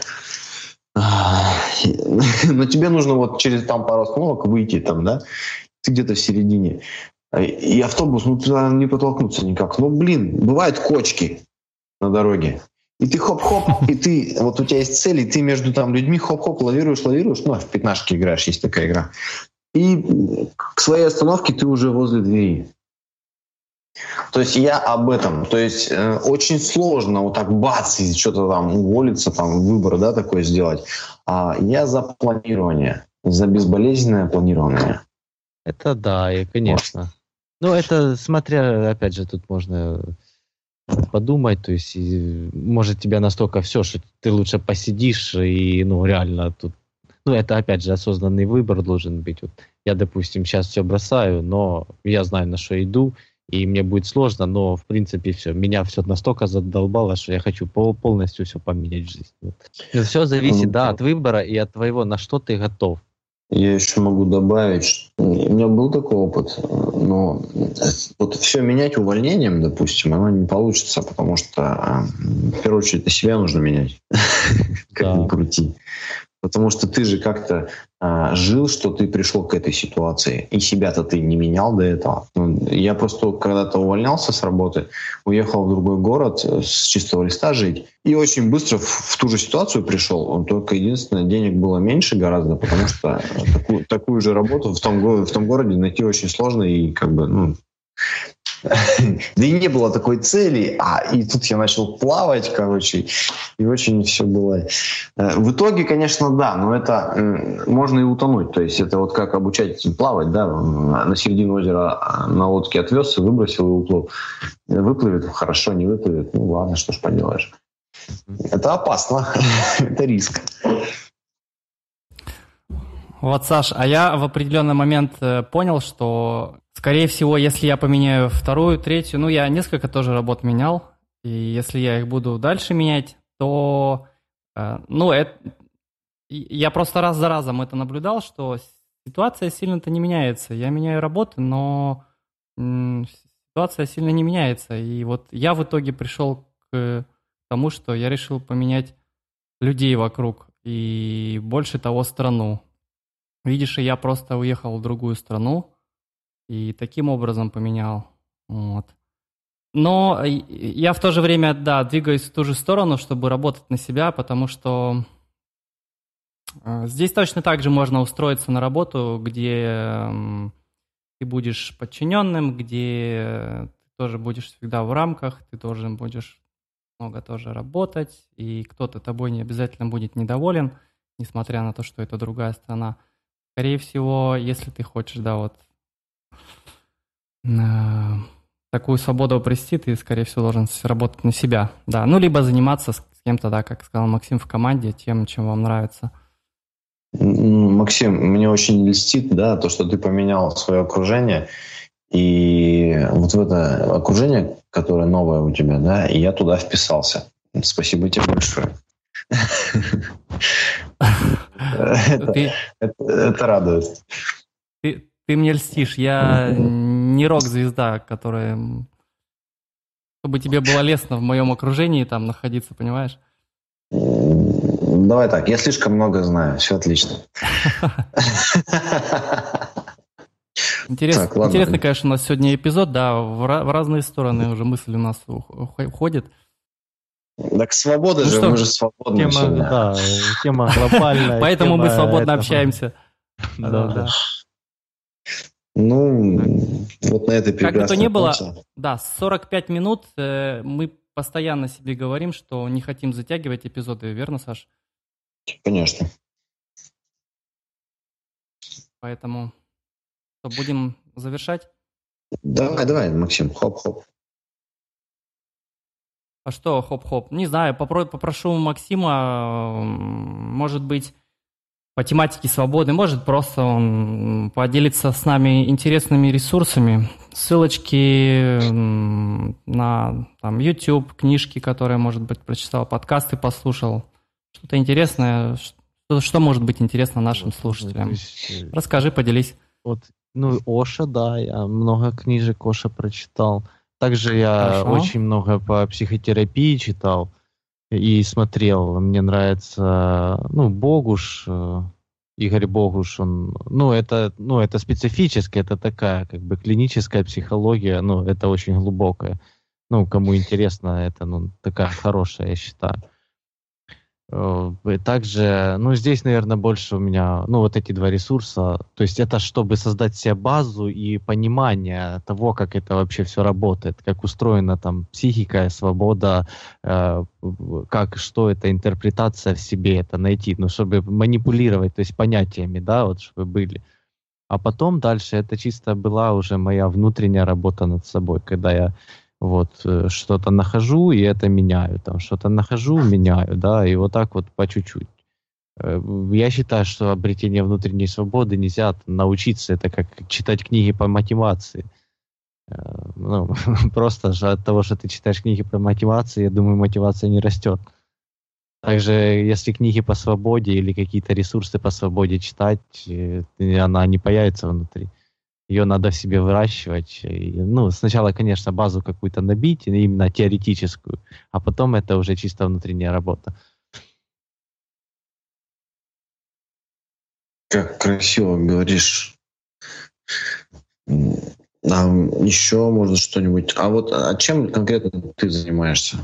B: но тебе нужно вот через там пару остановок выйти, там, да? Ты где-то в середине. И автобус, ну, туда не протолкнуться никак. Ну, блин, бывают кочки на дороге. И ты хоп-хоп, и ты, вот у тебя есть цель, и ты между там людьми хоп-хоп лавируешь, лавируешь, ну, в пятнашки играешь, есть такая игра. И к своей остановке ты уже возле двери. То есть я об этом. То есть э, очень сложно вот так бац, и что-то там уволиться, там выбор, да, такой сделать. А я за планирование, за безболезненное планирование.
C: Это да, и конечно. Вот. Ну, это смотря, опять же, тут можно подумать, то есть, и, может, тебя настолько все, что ты лучше посидишь, и, ну, реально тут, ну, это, опять же, осознанный выбор должен быть. Вот я, допустим, сейчас все бросаю, но я знаю, на что иду, и мне будет сложно, но, в принципе, все. Меня все настолько задолбало, что я хочу пол- полностью все поменять в жизни. Вот. Но все зависит, да, от выбора и от твоего, на что ты готов.
B: Я еще могу добавить, что у меня был такой опыт, но вот все менять увольнением, допустим, оно не получится, потому что в первую очередь на себя нужно менять, как ни крути. Потому что ты же как-то а, жил, что ты пришел к этой ситуации. И себя-то ты не менял до этого. Я просто когда-то увольнялся с работы, уехал в другой город с чистого листа жить. И очень быстро в, в ту же ситуацию пришел. Только единственное, денег было меньше гораздо, потому что такую, такую же работу в том, в том городе найти очень сложно. И как бы, ну... Да и не было такой цели, а и тут я начал плавать, короче, и очень все было. В итоге, конечно, да, но это можно и утонуть, то есть это вот как обучать плавать, да, на середину озера на лодке отвез, выбросил и уплыл. Выплывет, хорошо, не выплывет, ну ладно, что ж поделаешь. Это опасно, это риск.
A: Вот, Саш, а я в определенный момент понял, что, скорее всего, если я поменяю вторую, третью, ну, я несколько тоже работ менял, и если я их буду дальше менять, то, ну, это, я просто раз за разом это наблюдал, что ситуация сильно-то не меняется. Я меняю работы, но м, ситуация сильно не меняется. И вот я в итоге пришел к тому, что я решил поменять людей вокруг и больше того страну. Видишь, и я просто уехал в другую страну и таким образом поменял. Вот. Но я в то же время, да, двигаюсь в ту же сторону, чтобы работать на себя, потому что здесь точно так же можно устроиться на работу, где ты будешь подчиненным, где ты тоже будешь всегда в рамках, ты тоже будешь много тоже работать, и кто-то тобой не обязательно будет недоволен, несмотря на то, что это другая страна. Скорее всего, если ты хочешь, да, вот э, такую свободу обрести, ты, скорее всего, должен работать на себя, да, ну, либо заниматься с кем-то, да, как сказал Максим, в команде, тем, чем вам нравится.
B: Максим, мне очень льстит, да, то, что ты поменял свое окружение, и вот в это окружение, которое новое у тебя, да, и я туда вписался. Спасибо тебе большое. Это радует.
A: Ты мне льстишь. Я не рок-звезда, которая... Чтобы тебе было лестно в моем окружении там находиться, понимаешь?
B: Давай так, я слишком много знаю. Все отлично.
A: Интересно, так, интересно, конечно, у нас сегодня эпизод, да, в, в разные стороны уже мысли у нас уходят.
B: Так свобода ну же, что? Мы же свободны.
C: Тема, да, тема глобальная.
A: Поэтому мы свободно общаемся.
C: Да.
B: Ну, вот на этой прекрасной
A: Как бы то ни было, да, сорок пять минут мы постоянно себе говорим, что не хотим затягивать эпизоды, верно, Саш?
B: Конечно.
A: Поэтому... Что, будем завершать?
B: Давай, давай, Максим, хоп-хоп.
A: А что, хоп-хоп? Не знаю, попро- попрошу Максима, может быть, по тематике свободы, может просто он поделиться с нами интересными ресурсами. Ссылочки на там, YouTube, книжки, которые, может быть, прочитал, подкасты послушал. Что-то интересное, что, что может быть интересно нашим вот, слушателям. Есть... Расскажи, поделись.
C: Вот. Ну, Оша, да, я много книжек Оша прочитал. Также я Хорошо. Очень много по психотерапии читал и смотрел. Мне нравится, ну, Богуш, Игорь Богуш, он, ну, это, ну, это специфическая, это такая, как бы, клиническая психология, ну, это очень глубокая. Ну, кому интересно, это, ну, такая хорошая, я считаю. Также, ну, здесь, наверное, больше у меня, ну, вот эти два ресурса, то есть это чтобы создать себе базу и понимание того, как это вообще все работает, как устроена там психика, свобода, э, как, что это, интерпретация в себе, это найти, ну, чтобы манипулировать, то есть понятиями, да, вот, чтобы были. А потом дальше это чисто была уже моя внутренняя работа над собой, когда я вот что-то нахожу и это меняю, там что-то нахожу, меняю, да, и вот так вот по чуть-чуть. Я считаю, что обретение внутренней свободы нельзя научиться, это как читать книги по мотивации. Ну, просто же от того, что ты читаешь книги про мотивацию, я думаю, мотивация не растет. Также, если книги по свободе или какие-то ресурсы по свободе читать, она не появится внутри. Ее надо в себе выращивать. И, ну, сначала, конечно, базу какую-то набить, именно теоретическую, а потом это уже чисто внутренняя работа.
B: Как красиво говоришь. А еще можно что-нибудь. А вот а чем конкретно ты занимаешься?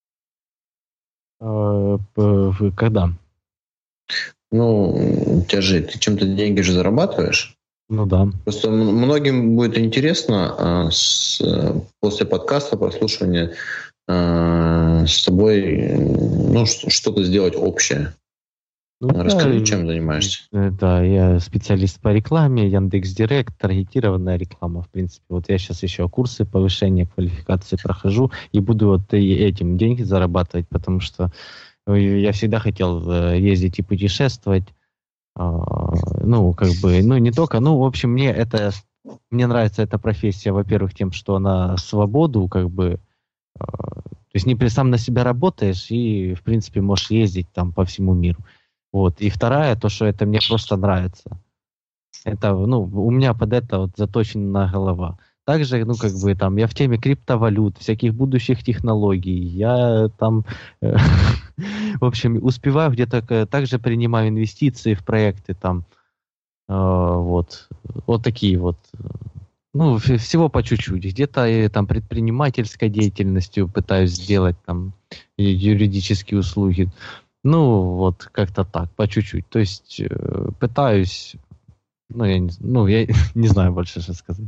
C: Когда?
B: Ну, у тебя же, ты чем-то деньги же зарабатываешь?
C: Ну да.
B: Просто многим будет интересно а, с, после подкаста, прослушивания а, с тобой ну, что-то сделать общее. Ну, расскажи, да, чем занимаешься.
C: Да, я специалист по рекламе, Яндекс.Директ, таргетированная реклама, в принципе. Вот я сейчас еще курсы повышения квалификации прохожу и буду вот этим деньги зарабатывать, потому что я всегда хотел ездить и путешествовать. Ну, как бы, ну, не только, ну, в общем, мне это, мне нравится эта профессия, во-первых, тем, что она свободу, как бы, то есть не сам на себя работаешь и, в принципе, можешь ездить там по всему миру. Вот. И вторая, то, что это мне просто нравится. Это, ну, у меня под это вот заточена голова. Также, ну, как бы, там, я в теме криптовалют, всяких будущих технологий. Я там, э, в общем, успеваю где-то, также принимаю инвестиции в проекты, там, э, вот, вот такие вот. Ну, всего по чуть-чуть. Где-то я, там, предпринимательской деятельностью пытаюсь сделать, там, юридические услуги. Ну, вот как-то так, по чуть-чуть. То есть э, пытаюсь, ну я, не, ну, я не знаю больше, что сказать.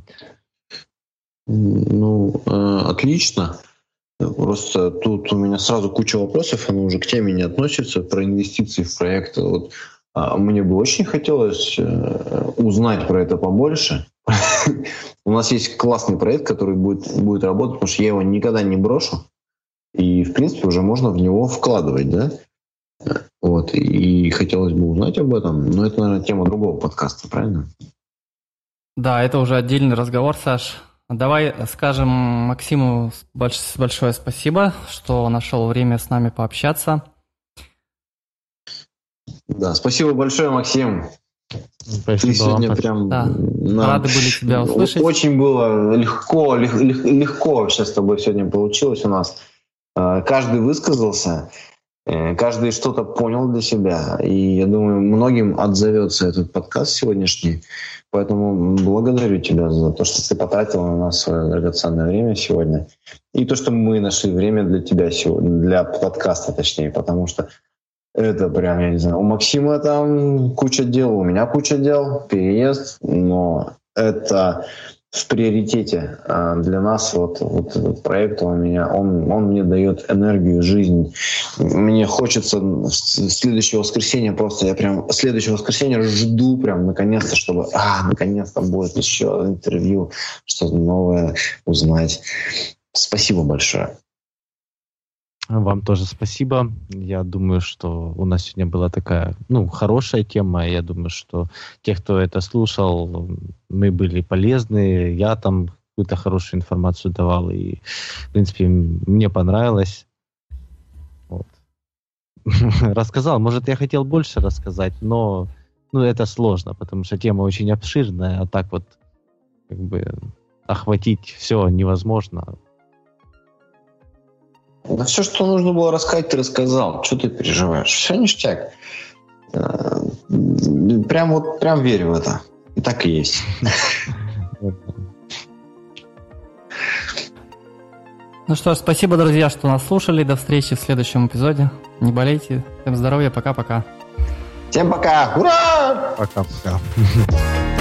B: Ну, э, отлично. Просто тут у меня сразу куча вопросов, оно уже к теме не относится, про инвестиции в проекты. Вот, а мне бы очень хотелось э, узнать про это побольше. У нас есть классный проект, который будет, будет работать, потому что я его никогда не брошу. И, в принципе, уже можно в него вкладывать, да? Вот, и хотелось бы узнать об этом, но это, наверное, тема другого подкаста, правильно?
A: Да, это уже отдельный разговор, Саш. Давай скажем Максиму больш- большое спасибо, что нашел время с нами пообщаться.
B: Да, спасибо большое, Максим.
C: Спасибо.
B: Ты сегодня вам прям...
A: Да. Нам рады были тебя услышать.
B: Очень было легко, лег, лег, легко вообще с тобой сегодня получилось у нас. Каждый высказался. Каждый что-то понял для себя, и я думаю, многим отзовется этот подкаст сегодняшний. Поэтому благодарю тебя за то, что ты потратил на нас свое драгоценное время сегодня. И то, что мы нашли время для тебя сегодня, для подкаста точнее, потому что это прям, я не знаю, у Максима там куча дел, у меня куча дел, переезд, но это в приоритете для нас. Вот, вот этот проект, он, меня, он, он мне дает энергию, жизнь. Мне хочется следующего воскресенья просто, я прям следующего воскресенья жду прям наконец-то, чтобы, а, наконец-то будет еще интервью, что-то новое узнать. Спасибо большое.
C: Вам тоже спасибо. Я думаю, что у нас сегодня была такая, ну, хорошая тема. Я думаю, что те, кто это слушал, мы были полезны. Я там какую-то хорошую информацию давал. И, в принципе, мне понравилось. Вот. Рассказал. Может, я хотел больше рассказать, но ну, это сложно, потому что тема очень обширная, а так вот как бы охватить все невозможно.
B: Да все, что нужно было рассказать, ты рассказал. Что ты переживаешь? Все ништяк. Прям вот, прям верю в это. И так и есть.
A: Ну что ж, спасибо, друзья, что нас слушали. До встречи в следующем эпизоде. Не болейте. Всем здоровья. Пока-пока.
B: Всем пока. Ура!
C: Пока-пока.